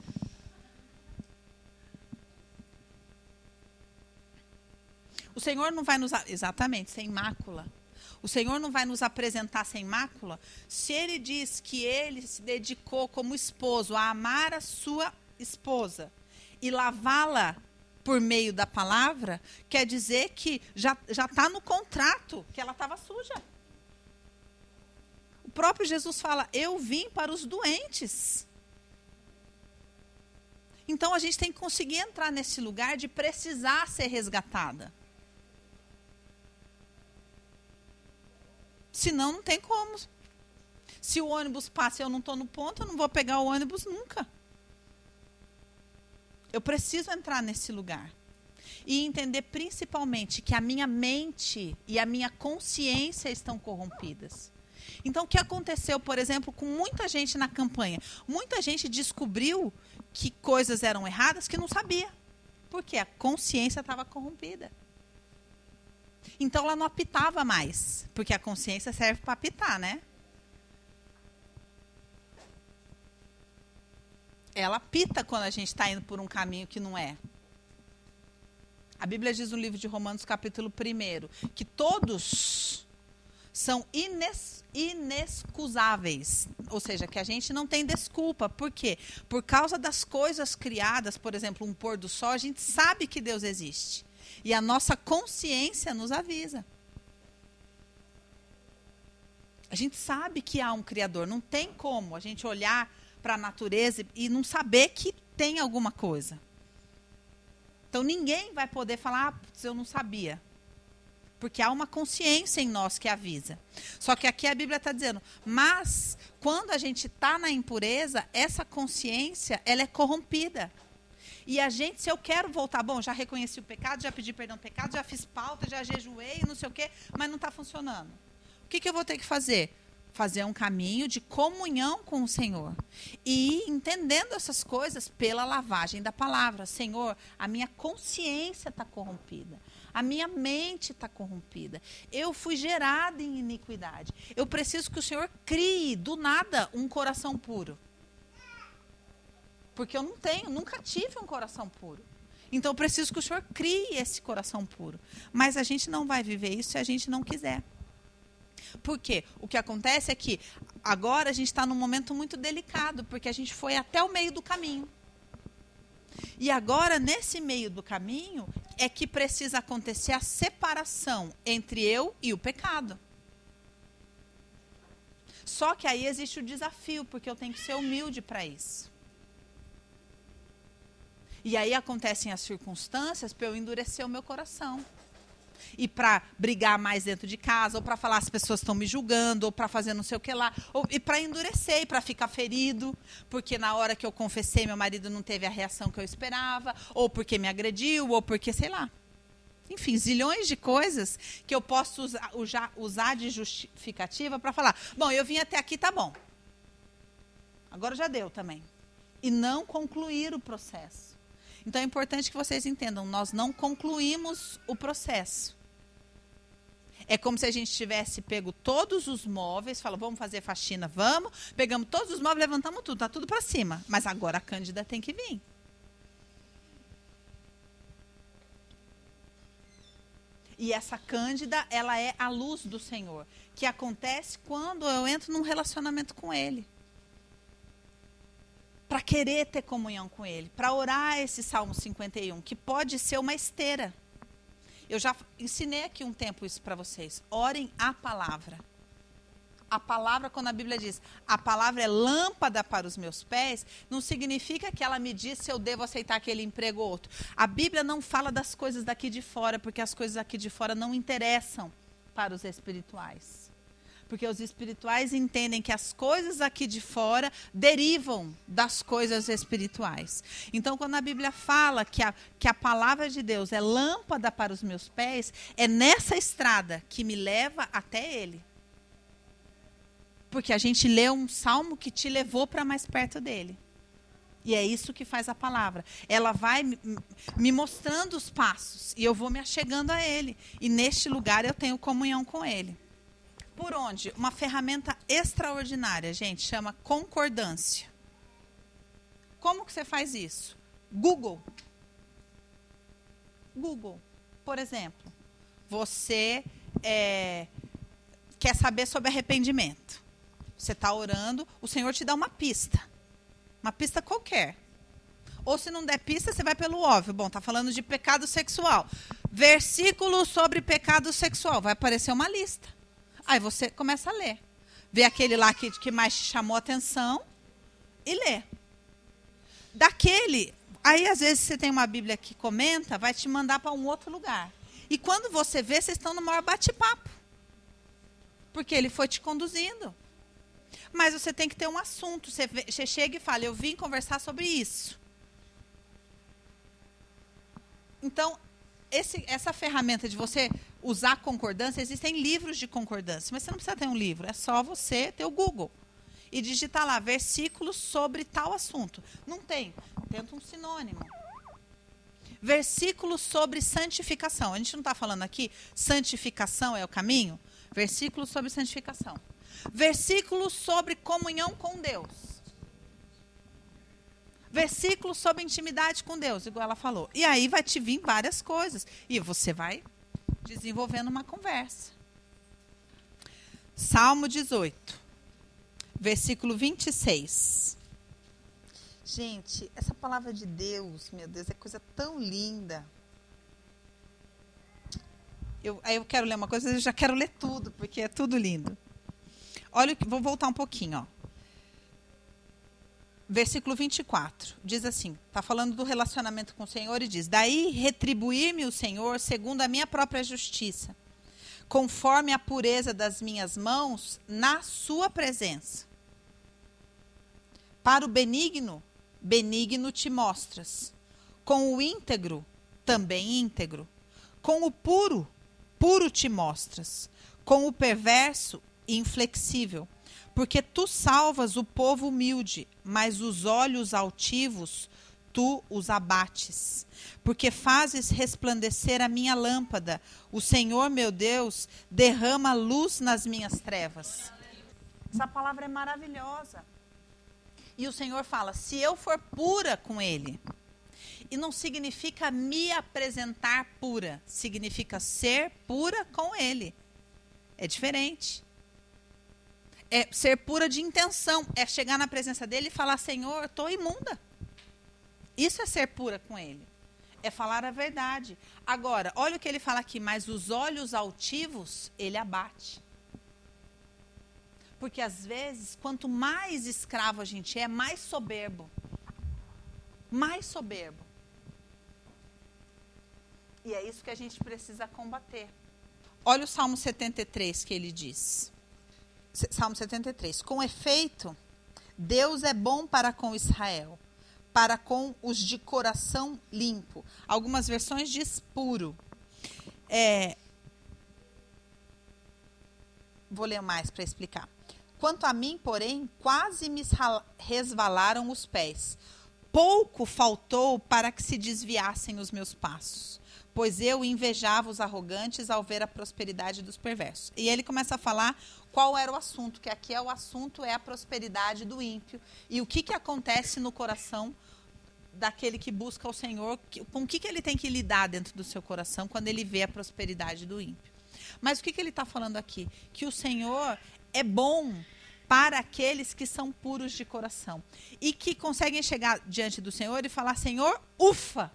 O Senhor não vai nos... Exatamente, sem mácula. O Senhor não vai nos apresentar sem mácula se Ele diz que Ele se dedicou como esposo a amar a sua esposa e lavá-la por meio da palavra, quer dizer que já está no contrato que ela estava suja. O próprio Jesus fala, eu vim para os doentes. Então a gente tem que conseguir entrar nesse lugar de precisar ser resgatada. Senão não tem como. Se o ônibus passa e eu não estou no ponto, eu não vou pegar o ônibus nunca. Eu preciso entrar nesse lugar. E entender principalmente que a minha mente e a minha consciência estão corrompidas. Então, o que aconteceu, por exemplo, com muita gente na campanha? Muita gente descobriu que coisas eram erradas que não sabia. Porque a consciência estava corrompida. Então, ela não apitava mais. Porque a consciência serve para apitar, né? Ela apita quando a gente está indo por um caminho que não é. A Bíblia diz no livro de Romanos, capítulo 1, que todos são inexcusáveis. Ou seja, que a gente não tem desculpa. Por quê? Por causa das coisas criadas, por exemplo, um pôr do sol, a gente sabe que Deus existe. E a nossa consciência nos avisa. A gente sabe que há um Criador. Não tem como a gente olhar para a natureza e não saber que tem alguma coisa. Então, ninguém vai poder falar, eu não sabia. Porque há uma consciência em nós que avisa. Só que aqui a Bíblia está dizendo, mas quando a gente está na impureza, essa consciência, ela é corrompida. E a gente, se eu quero voltar, bom, já reconheci o pecado, já pedi perdão do pecado, já fiz pauta, já jejuei, não sei o quê, mas não está funcionando. O que eu vou ter que fazer? Fazer um caminho de comunhão com o Senhor. E ir entendendo essas coisas pela lavagem da palavra. Senhor, a minha consciência está corrompida. A minha mente está corrompida. Eu fui gerada em iniquidade. Eu preciso que o Senhor crie, do nada, um coração puro. Porque eu não tenho, nunca tive um coração puro. Então eu preciso que o Senhor crie esse coração puro. Mas a gente não vai viver isso se a gente não quiser. Por quê? O que acontece é que agora a gente está num momento muito delicado, porque a gente foi até o meio do caminho. E agora, nesse meio do caminho, é que precisa acontecer a separação entre eu e o pecado. Só que aí existe o desafio, porque eu tenho que ser humilde para isso. E aí acontecem as circunstâncias para eu endurecer o meu coração. E para brigar mais dentro de casa, ou para falar as pessoas estão me julgando, ou para fazer não sei o que lá, e para endurecer, e para ficar ferido, porque na hora que eu confessei, meu marido não teve a reação que eu esperava, ou porque me agrediu, ou porque, sei lá. Enfim, zilhões de coisas que eu posso usar de justificativa para falar, bom, eu vim até aqui, tá bom. Agora já deu também. E não concluir o processo. Então, é importante que vocês entendam, nós não concluímos o processo. É como se a gente tivesse pego todos os móveis, falou, vamos fazer faxina, vamos. Pegamos todos os móveis, levantamos tudo, está tudo para cima. Mas agora a Cândida tem que vir. E essa Cândida, ela é a luz do Senhor, que acontece quando eu entro num relacionamento com Ele. querer ter comunhão com Ele, para orar esse Salmo 51, que pode ser uma esteira. Eu já ensinei aqui um tempo isso para vocês. Orem a palavra. A palavra, quando a Bíblia diz, a palavra é lâmpada para os meus pés, não significa que ela me diz se eu devo aceitar aquele emprego ou outro. A Bíblia não fala das coisas daqui de fora, porque as coisas daqui de fora não interessam para os espirituais. Porque os espirituais entendem que as coisas aqui de fora derivam das coisas espirituais. Então, quando a Bíblia fala que a palavra de Deus é lâmpada para os meus pés, é nessa estrada que me leva até Ele. Porque a gente lê um salmo que te levou para mais perto dele. E é isso que faz a palavra. Ela vai me mostrando os passos e eu vou me achegando a Ele. E neste lugar eu tenho comunhão com Ele. Por onde? Uma ferramenta extraordinária, gente, chama concordância. Como que você faz isso? Google. Google. Por exemplo, você quer saber sobre arrependimento. Você está orando, o Senhor te dá uma pista. Uma pista qualquer. Ou se não der pista, você vai pelo óbvio. Bom, está falando de pecado sexual. Versículo sobre pecado sexual. Vai aparecer uma lista. Aí você começa a ler. Vê aquele lá que mais te chamou a atenção e lê. Daquele, aí às vezes você tem uma Bíblia que comenta, vai te mandar para um outro lugar. E quando você vê, vocês estão no maior bate-papo. Porque ele foi te conduzindo. Mas você tem que ter um assunto. Você chega e fala, eu vim conversar sobre isso. Então, essa ferramenta de você usar concordância, existem livros de concordância, mas você não precisa ter um livro, é só você ter o Google e digitar lá, versículos sobre tal assunto. Não tem, tenta um sinônimo. Versículos sobre santificação. A gente não está falando aqui, santificação é o caminho? Versículos sobre santificação. Versículos sobre comunhão com Deus. Versículos sobre intimidade com Deus, igual ela falou. E aí vai te vir várias coisas. E você vai desenvolvendo uma conversa. Salmo 18, versículo 26. Gente, essa palavra de Deus, meu Deus, é coisa tão linda. Aí eu quero ler uma coisa, mas eu já quero ler tudo, porque é tudo lindo. Olha, vou voltar um pouquinho, ó. Versículo 24, diz assim, está falando do relacionamento com o Senhor e diz, daí retribuir-me o Senhor segundo a minha própria justiça, conforme a pureza das minhas mãos na sua presença. Para o benigno, benigno te mostras, com o íntegro, também íntegro, com o puro, puro te mostras, com o perverso, inflexível. Porque tu salvas o povo humilde, mas os olhos altivos tu os abates. Porque fazes resplandecer a minha lâmpada. O Senhor, meu Deus, derrama luz nas minhas trevas. Essa palavra é maravilhosa. E o Senhor fala, se eu for pura com Ele, e não significa me apresentar pura, significa ser pura com Ele. É diferente. É ser pura de intenção, é chegar na presença dele e falar, Senhor, eu estou imunda. Isso é ser pura com ele. É falar a verdade. Agora, olha o que ele fala aqui, mas os olhos altivos, ele abate. Porque às vezes, quanto mais escravo a gente é, mais soberbo. Mais soberbo. E é isso que a gente precisa combater. Olha o Salmo 73 que ele diz. Salmo 73. Com efeito, Deus é bom para com Israel, para com os de coração limpo. Algumas versões diz puro. Vou ler mais para explicar. Quanto a mim, porém, quase me resvalaram os pés. Pouco faltou para que se desviassem os meus passos. Pois eu invejava os arrogantes ao ver a prosperidade dos perversos. E ele começa a falar qual era o assunto, que aqui o assunto é a prosperidade do ímpio. E o que acontece no coração daquele que busca o Senhor, com o que ele tem que lidar dentro do seu coração quando ele vê a prosperidade do ímpio. Mas o que ele está falando aqui? Que o Senhor é bom para aqueles que são puros de coração e que conseguem chegar diante do Senhor e falar: Senhor, ufa,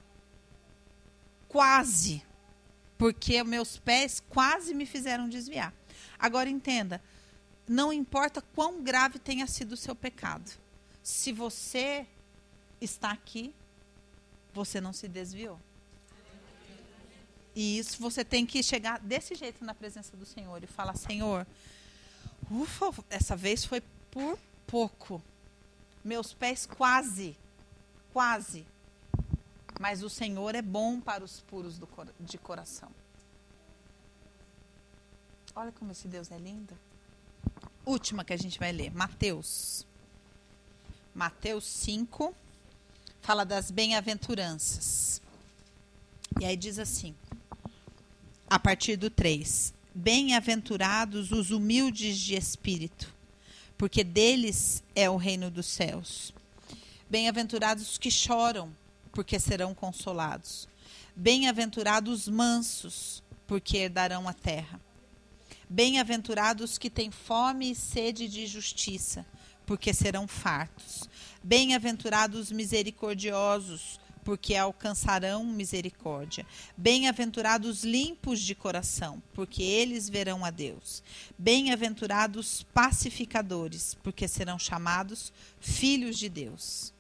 quase, porque meus pés quase me fizeram desviar. Agora entenda, não importa quão grave tenha sido o seu pecado, se você está aqui, você não se desviou. E isso você tem que chegar desse jeito na presença do Senhor e falar: Senhor, ufa, essa vez foi por pouco. Meus pés quase. Mas o Senhor é bom para os puros de coração. Olha como esse Deus é lindo. Última que a gente vai ler, Mateus. Mateus 5, fala das bem-aventuranças. E aí diz assim, a partir do 3. Bem-aventurados os humildes de espírito, porque deles é o reino dos céus. Bem-aventurados os que choram, porque serão consolados. Bem-aventurados os mansos, porque herdarão a terra. Bem-aventurados os que têm fome e sede de justiça, porque serão fartos. Bem-aventurados os misericordiosos, porque alcançarão misericórdia. Bem-aventurados limpos de coração, porque eles verão a Deus. Bem-aventurados pacificadores, porque serão chamados filhos de Deus.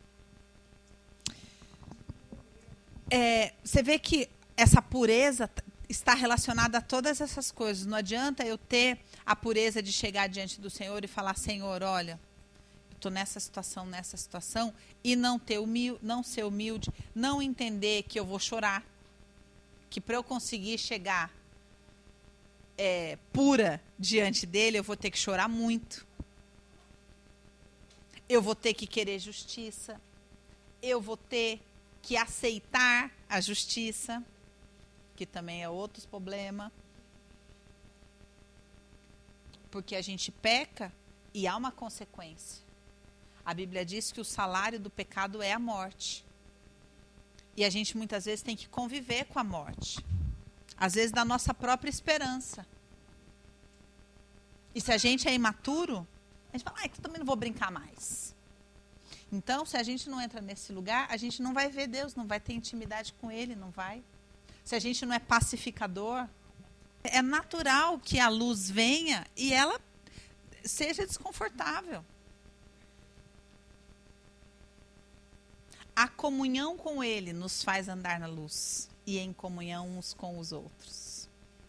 Você vê que essa pureza está relacionada a todas essas coisas. Não adianta eu ter a pureza de chegar diante do Senhor e falar: Senhor, olha, estou nessa situação, e não ser humilde, não entender que eu vou chorar, que para eu conseguir chegar pura diante dele, eu vou ter que chorar muito, eu vou ter que querer justiça, eu vou ter que aceitar a justiça, que também é outro problema, porque a gente peca e há uma consequência. A Bíblia diz que o salário do pecado é a morte. E a gente muitas vezes tem que conviver com a morte. Às vezes da nossa própria esperança. E se a gente é imaturo, a gente fala: eu também não vou brincar mais. Então, se a gente não entra nesse lugar, a gente não vai ver Deus, não vai ter intimidade com Ele, não vai. Se a gente não é pacificador, é natural que a luz venha e ela seja desconfortável. A comunhão com Ele nos faz andar na luz e em comunhão uns com os outros.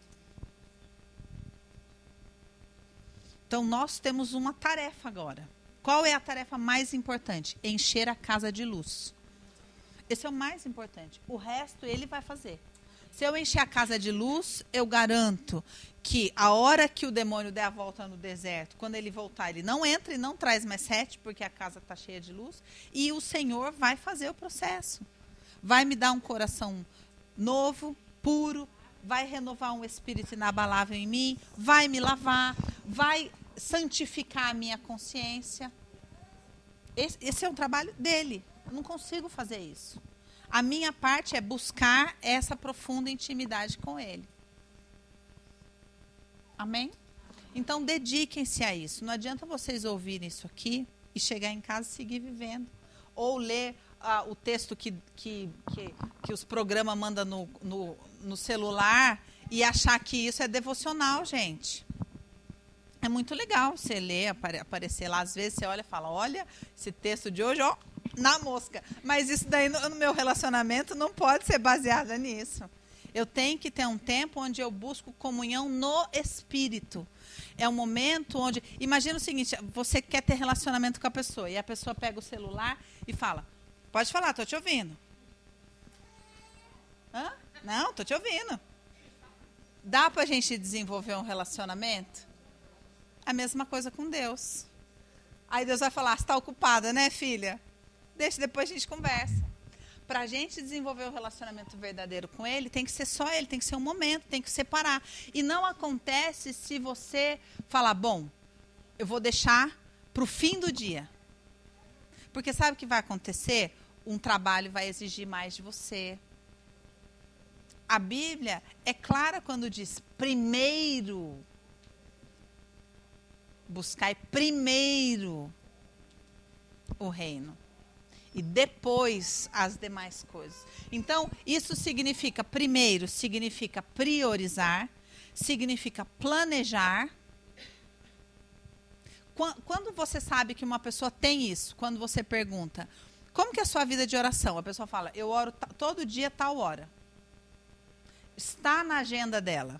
Então, nós temos uma tarefa agora. Qual é a tarefa mais importante? Encher a casa de luz. Esse é o mais importante. O resto Ele vai fazer. Se eu encher a casa de luz, eu garanto que a hora que o demônio der a volta no deserto, quando ele voltar, ele não entra e não traz mais 7, porque a casa está cheia de luz, e o Senhor vai fazer o processo. Vai me dar um coração novo, puro, vai renovar um espírito inabalável em mim, vai me lavar, vai santificar a minha consciência. Esse é um trabalho dele. Eu não consigo fazer isso. A minha parte é buscar essa profunda intimidade com Ele. Amém? Então, dediquem-se a isso. Não adianta vocês ouvirem isso aqui e chegar em casa e seguir vivendo. Ou ler o texto que os programas mandam no celular e achar que isso é devocional, gente. É muito legal você ler, aparecer lá. Às vezes você olha e fala: olha, esse texto de hoje, ó, na mosca. Mas isso daí no meu relacionamento não pode ser baseado nisso. Eu tenho que ter um tempo onde eu busco comunhão no Espírito. É um momento onde... Imagina o seguinte, você quer ter relacionamento com a pessoa e a pessoa pega o celular e fala: pode falar, estou te ouvindo. Hã? Não, estou te ouvindo. Dá para a gente desenvolver um relacionamento? A mesma coisa com Deus. Aí Deus vai falar: você está ocupada, né, filha? Deixa, depois a gente conversa. Para a gente desenvolver um relacionamento verdadeiro com Ele, tem que ser só Ele, tem que ser um momento, tem que separar. E não acontece se você falar: bom, eu vou deixar para o fim do dia. Porque sabe o que vai acontecer? Um trabalho vai exigir mais de você. A Bíblia é clara quando diz: primeiro Buscai primeiro o reino. E depois as demais coisas. Então, isso significa, primeiro, significa priorizar, significa planejar. Quando você sabe que uma pessoa tem isso, quando você pergunta, como que é a sua vida de oração? A pessoa fala, eu oro todo dia, tal hora. Está na agenda dela.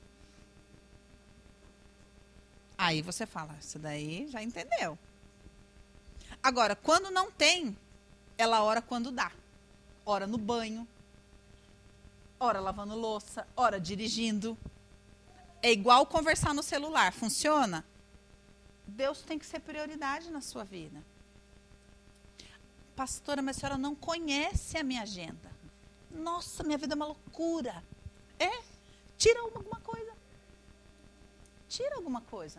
Aí você fala, isso daí já entendeu. Agora, quando não tem, ela ora quando dá. Ora no banho, ora lavando louça, ora dirigindo. É igual conversar no celular. Funciona? Deus tem que ser prioridade na sua vida. Pastora, mas a senhora não conhece a minha agenda. Nossa, minha vida é uma loucura. Tira alguma coisa. Tira alguma coisa.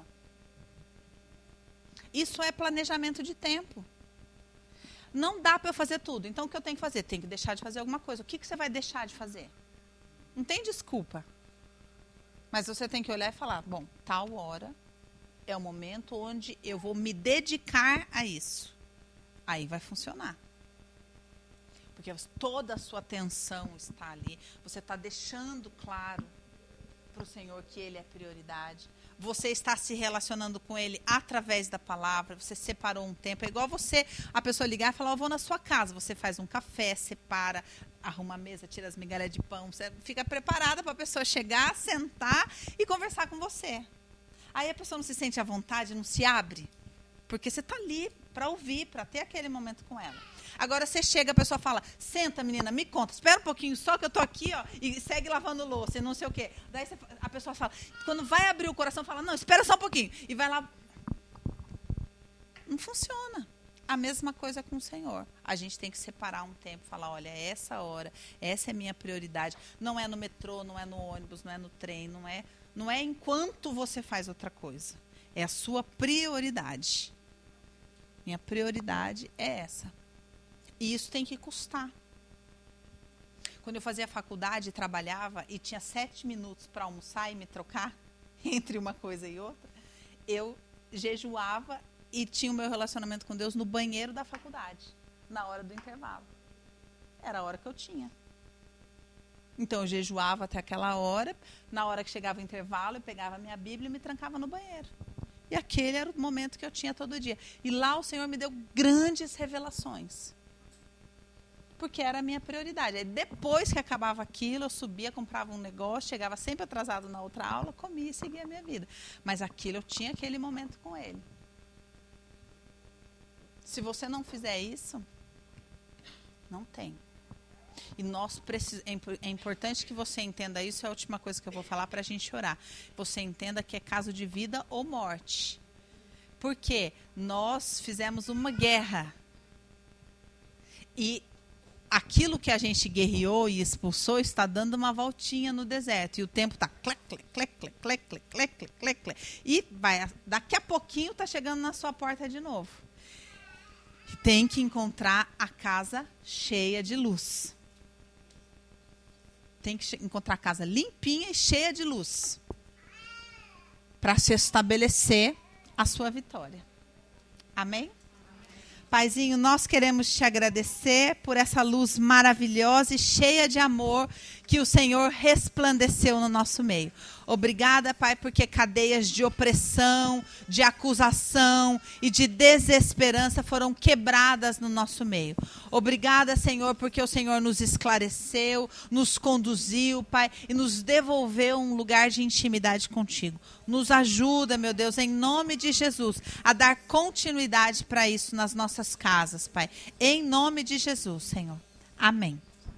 Isso é planejamento de tempo. Não dá para eu fazer tudo. Então, o que eu tenho que fazer? Tem que deixar de fazer alguma coisa. O que você vai deixar de fazer? Não tem desculpa. Mas você tem que olhar e falar, bom, tal hora é o momento onde eu vou me dedicar a isso. Aí vai funcionar. Porque toda a sua atenção está ali. Você está deixando claro para o Senhor que Ele é prioridade. Você está se relacionando com Ele através da palavra. Você separou um tempo. É igual a pessoa ligar e falar, eu vou na sua casa. Você faz um café, separa, arruma a mesa, tira as migalhas de pão. Você fica preparada para a pessoa chegar, sentar e conversar com você. Aí a pessoa não se sente à vontade, não se abre. Porque você está ali para ouvir, para ter aquele momento com ela. Agora você chega, a pessoa fala, senta menina, me conta, espera um pouquinho só que eu tô aqui, ó, e segue lavando louça e não sei o quê. Daí a pessoa fala, quando vai abrir o coração, fala, não, espera só um pouquinho. E vai lá. Não funciona. A mesma coisa com o Senhor. A gente tem que separar um tempo, falar, olha, essa hora, essa é minha prioridade. Não é no metrô, não é no ônibus, não é no trem, não é enquanto você faz outra coisa. É a sua prioridade. Minha prioridade é essa. E isso tem que custar. Quando eu fazia faculdade, trabalhava e tinha 7 minutos para almoçar e me trocar entre uma coisa e outra, eu jejuava e tinha o meu relacionamento com Deus no banheiro da faculdade, na hora do intervalo. Era a hora que eu tinha. Então eu jejuava até aquela hora, na hora que chegava o intervalo, eu pegava a minha Bíblia e me trancava no banheiro. E aquele era o momento que eu tinha todo dia. E lá o Senhor me deu grandes revelações. Porque era a minha prioridade. Aí depois que acabava aquilo, eu subia, comprava um negócio, chegava sempre atrasado na outra aula, comia e seguia a minha vida. Mas aquilo, eu tinha aquele momento com Ele. Se você não fizer isso, não tem. E é importante que você entenda isso, é a última coisa que eu vou falar para a gente orar. Você entenda que é caso de vida ou morte. Porque nós fizemos uma guerra. E aquilo que a gente guerreou e expulsou está dando uma voltinha no deserto. E o tempo está clec, clec, clec, clec, clec, clec, clec, clec, clec, clec. E daqui a pouquinho está chegando na sua porta de novo. Tem que encontrar a casa cheia de luz. Tem que encontrar a casa limpinha e cheia de luz. Para se estabelecer a sua vitória. Amém? Paizinho, nós queremos te agradecer por essa luz maravilhosa e cheia de amor que o Senhor resplandeceu no nosso meio. Obrigada, Pai, porque cadeias de opressão, de acusação e de desesperança foram quebradas no nosso meio. Obrigada, Senhor, porque o Senhor nos esclareceu, nos conduziu, Pai, e nos devolveu um lugar de intimidade contigo. Nos ajuda, meu Deus, em nome de Jesus, a dar continuidade para isso nas nossas casas, Pai. Em nome de Jesus, Senhor. Amém.